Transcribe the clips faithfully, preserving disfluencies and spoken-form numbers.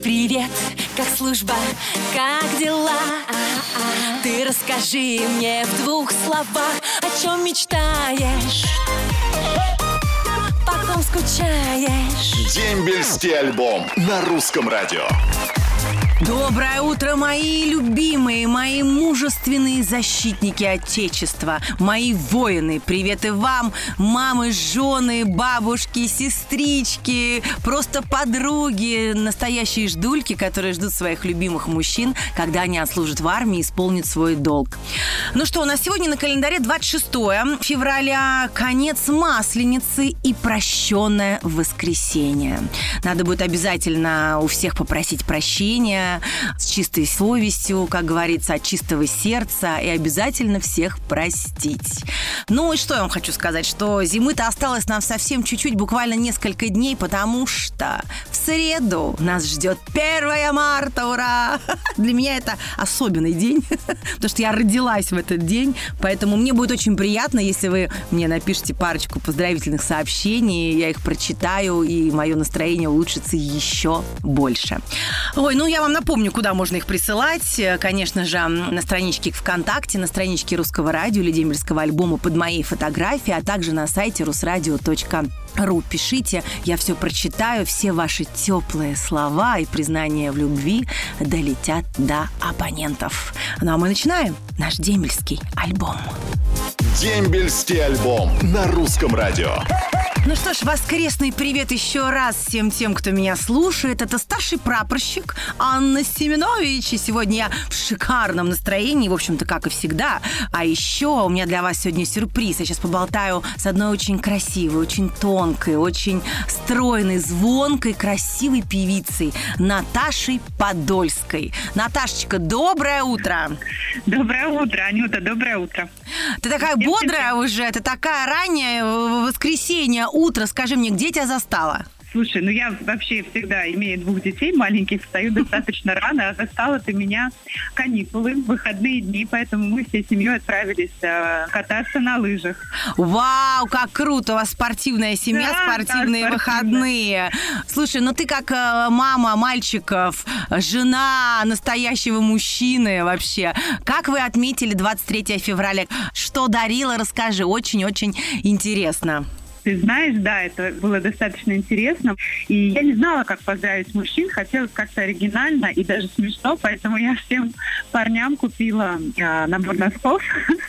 Привет, как служба, как дела? Ты расскажи мне в двух словах, о чем мечтаешь, по ком скучаешь. Дембельский альбом на русском радио. Доброе утро, мои любимые, мои мужественные защитники Отечества, мои воины. Привет и вам, мамы, жены, бабушки, сестрички, просто подруги, настоящие ждульки, которые ждут своих любимых мужчин, когда они отслужат в армии и исполнят свой долг. Ну что, у нас сегодня на календаре двадцать шестое февраля, конец Масленицы и прощенное воскресенье. Надо будет обязательно у всех попросить прощения, с чистой совестью, как говорится, от чистого сердца, и обязательно всех простить. Ну и что я вам хочу сказать, что зимы-то осталось нам совсем чуть-чуть, буквально несколько дней, потому что в среду нас ждет первое марта, ура! Для меня это особенный день, потому что я родилась в этот день, поэтому мне будет очень приятно, если вы мне напишите парочку поздравительных сообщений, я их прочитаю, и мое настроение улучшится еще больше. Ой, ну я вам напомню, куда можно их присылать. Конечно же, на страничке ВКонтакте, на страничке Русского радио или Дембельского альбома под моей фотографией, а также на сайте русрадио точка ру. Пишите, я все прочитаю, все ваши теплые слова и признания в любви долетят до абонентов. Ну а мы начинаем наш дембельский альбом. Дембельский альбом на русском радио. Ну что ж, воскресный привет еще раз всем тем, кто меня слушает. Это старший прапорщик Анна Семенович. И сегодня я в шикарном настроении, в общем-то, как и всегда. А еще у меня для вас сегодня сюрприз. Я сейчас поболтаю с одной очень красивой, очень тонкой, очень стройной, звонкой, красивой певицей Наташей Подольской. Наташечка, доброе утро! Доброе утро, Анюта, доброе утро. Ты такая Всем бодрая привет. Уже, ты такая ранняя, воскресенье, утро. Скажи мне, где тебя застала? Слушай, ну я вообще всегда, имея двух детей маленьких, встаю достаточно рано, а застала ты меня каникулы, выходные дни, поэтому мы всей семьей отправились э, кататься на лыжах. Вау, как круто! У вас спортивная семья, да, спортивные да, выходные. Слушай, ну ты как э, мама мальчиков, жена настоящего мужчины вообще. Как вы отметили двадцать третье февраля? Что дарила? Расскажи, очень-очень интересно. Ты знаешь, да, это было достаточно интересно. И я не знала, как поздравить мужчин. Хотелось как-то оригинально и даже смешно. Поэтому я всем парням купила э, набор носков,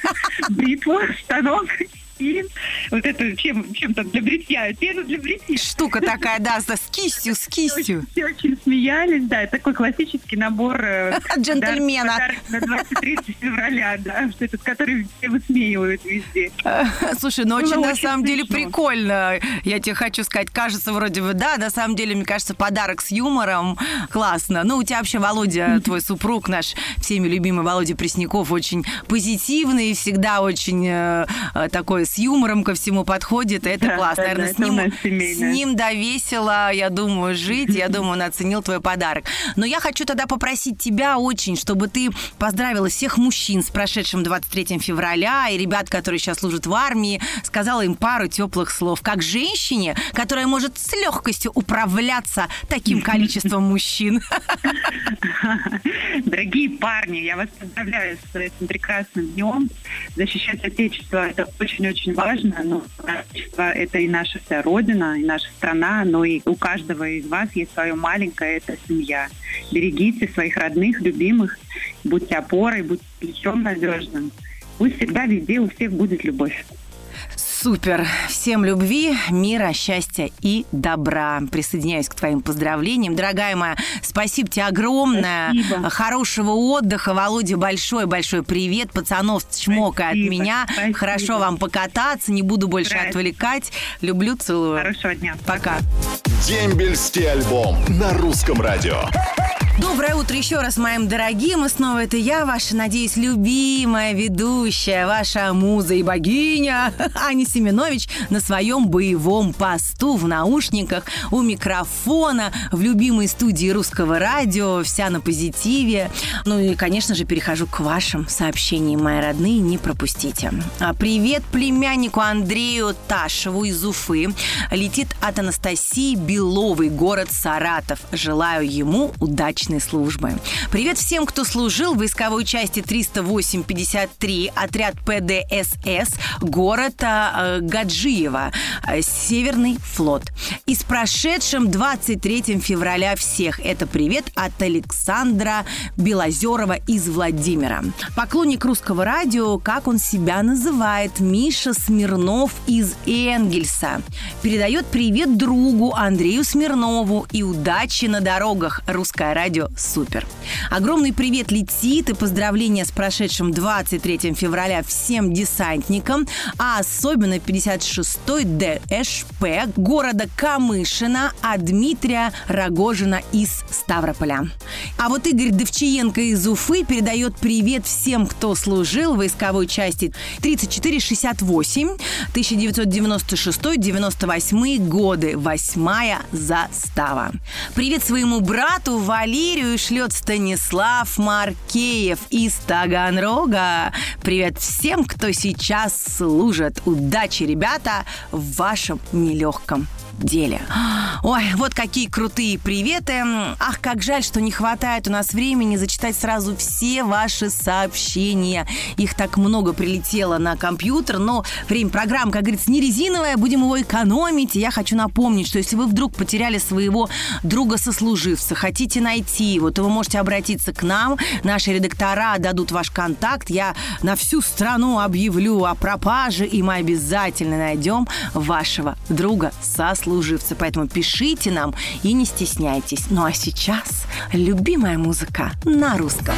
бритву, станок и вот это чем, чем-то для бритья, пену для бритья. Штука такая, да, с кистью, с кистью. Все очень смеялись, да, такой классический набор э, джентльмена. Да, на двадцать третье февраля, да, что этот, который все высмеивают везде. Слушай, ну очень, Было на очень самом деле, смешно. Прикольно. Я тебе хочу сказать, кажется, вроде бы, да, на самом деле, мне кажется, подарок с юмором. Классно. Ну, у тебя вообще Володя, твой супруг, наш всеми любимый Володя Пресняков, очень позитивный, всегда очень э, такой с юмором ко всему подходит, и это Да, классно. да, Наверное, да, с ним, это у нас семейное. с ним, да, весело, я думаю, жить. Я думаю, он оценил твой подарок. Но я хочу тогда попросить тебя очень, чтобы ты поздравила всех мужчин с прошедшим двадцать третьим февраля и ребят, которые сейчас служат в армии, сказала им пару теплых слов. Как женщине, которая может с легкостью управляться таким количеством мужчин. Дорогие парни, я вас поздравляю с этим прекрасным днем. Защищать Отечество – это очень-очень важно. Но Отечество – это и наша вся Родина, и наша страна, но и у каждого из вас есть свое маленькое – это семья. Берегите своих родных, любимых, будьте опорой, будьте плечом надежным. Пусть всегда везде у всех будет любовь. Супер! Всем любви, мира, счастья и добра. Присоединяюсь к твоим поздравлениям. Дорогая моя, спасибо тебе огромное. Спасибо. Хорошего отдыха. Володя, большой-большой привет. Пацанов чмока от меня. Спасибо. Хорошо вам покататься. Не буду больше Здрасте. отвлекать. Люблю, целую. Хорошего дня. Пока. Дембельский альбом на русском радио. Доброе утро еще раз, моим дорогим. И снова это я, ваша, надеюсь, любимая ведущая, ваша муза и богиня Аня Семенович на своем боевом посту в наушниках, у микрофона, в любимой студии Русского радио, вся на позитиве. Ну и, конечно же, перехожу к вашим сообщениям, мои родные, не пропустите. Привет племяннику Андрею Ташеву из Уфы. Летит от Анастасии Беловой, город Саратов. Желаю ему удачной службы. Привет всем, кто служил в войсковой части триста восемь пятьдесят три, отряд Пэ Дэ Эс Эс, город э, Гаджиево, э, Северный флот. И с прошедшим двадцать третьим февраля всех. Это привет от Александра Белозерова из Владимира. Поклонник Русского радио, как он себя называет, Миша Смирнов из Энгельса. Передает привет другу Андрею Смирнову и удачи на дорогах. Русское радио супер. Огромный привет летит и поздравления с прошедшим двадцать третьим февраля всем десантникам, а особенно пятьдесят шестой Дэ Эш Пэ города Камышина от Дмитрия Рогожина из Ставрополя. А вот Игорь Довчиенко из Уфы передает привет всем, кто служил в войсковой части тридцать четыре шестьдесят восемь, тысяча девятьсот девяносто шестой девяносто восьмой годы, восьмая застава. Привет своему брату Валерию шлет Станислав Маркеев из Таганрога. Привет всем, кто сейчас служит. Удачи, ребята, в вашем нелегком деле. Ой, вот какие крутые приветы. Ах, как жаль, что не хватает у нас времени зачитать сразу все ваши сообщения. Их так много прилетело на компьютер, но время программы, как говорится, не резиновое, будем его экономить. И я хочу напомнить, что если вы вдруг потеряли своего друга-сослуживца, хотите найти его, то вы можете обратиться к нам. Наши редактора дадут ваш контакт. Я на всю страну объявлю о пропаже, и мы обязательно найдем вашего друга-сослуживца. Служивцы, поэтому пишите нам и не стесняйтесь. Ну а сейчас любимая музыка на русском.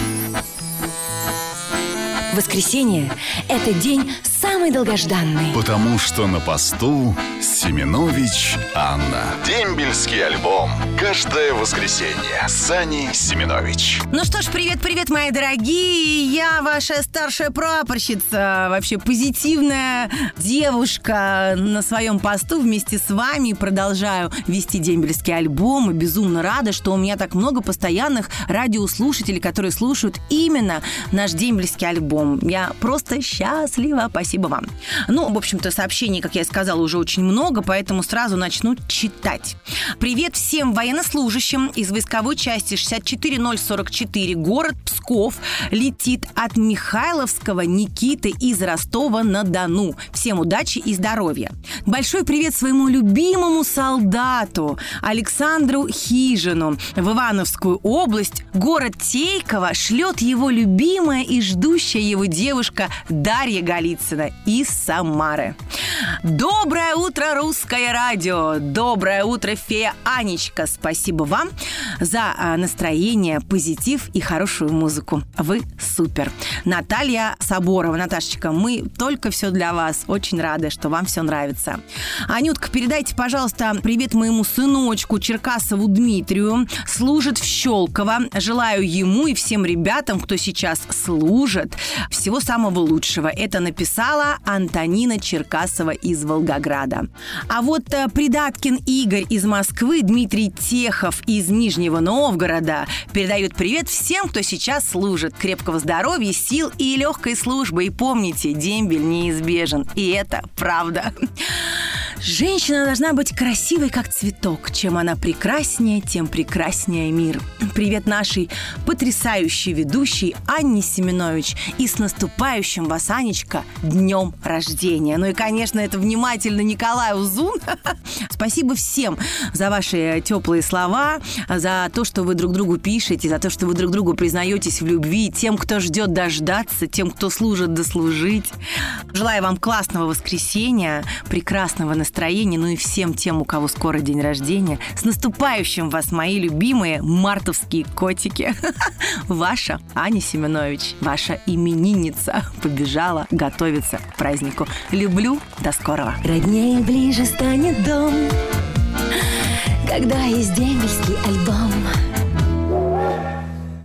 Воскресенье – это день самый долгожданный. Потому что на посту Семенович Анна. Дембельский альбом. Каждое воскресенье с Аней Семенович. Ну что ж, привет-привет, мои дорогие. Я ваша старшая прапорщица, вообще позитивная девушка на своем посту вместе с вами. Продолжаю вести дембельский альбом. И безумно рада, что у меня так много постоянных радиослушателей, которые слушают именно наш дембельский альбом. Я просто счастлива. Спасибо вам. Ну, в общем-то, сообщений, как я и сказала, уже очень много, поэтому сразу начну читать. Привет всем военнослужащим из войсковой части шестьдесят четыре ноль сорок четыре, город Псков. Летит от Михайловского Никиты из Ростова-на-Дону. Всем удачи и здоровья. Большой привет своему любимому солдату Александру Хижину в Ивановскую область. Город Тейково шлет его любимая и ждущая его девушка Дарья Голицына из Самары. Доброе утро, Русское радио! Доброе утро, фея Анечка! Спасибо вам за настроение, позитив и хорошую музыку. Вы супер! Наталья Соборова. Наташечка, мы только все для вас. Очень рады, что вам все нравится. Анютка, передайте, пожалуйста, привет моему сыночку Черкасову Дмитрию. Служит в Щелково. Желаю ему и всем ребятам, кто сейчас служит, всего самого лучшего. Это написала Антонина Черкасова из Волгограда. А вот Придаткин Игорь из Москвы, Дмитрий Техов из Нижнего Новгорода передают привет всем, кто сейчас служит. Крепкого здоровья, сил и легкой службы. И помните, дембель неизбежен. И это правда. Женщина должна быть красивой, как цветок. Чем она прекраснее, тем прекраснее мир. Привет нашей потрясающей ведущей Анне Семенович. И с наступающим вас, Анечка, днем рождения. Ну и, конечно, это внимательно Николай Узун. Спасибо всем за ваши теплые слова, за то, что вы друг другу пишете, за то, что вы друг другу признаетесь в любви, тем, кто ждет дождаться, тем, кто служит дослужить. Желаю вам классного воскресенья, прекрасного настроения. Настроение, ну и всем тем, у кого скоро день рождения. С наступающим вас, мои любимые мартовские котики. Ваша Аня Семенович, ваша именинница, побежала готовиться к празднику. Люблю, до скорого. Роднее ближе станет дом, когда есть дембельский альбом.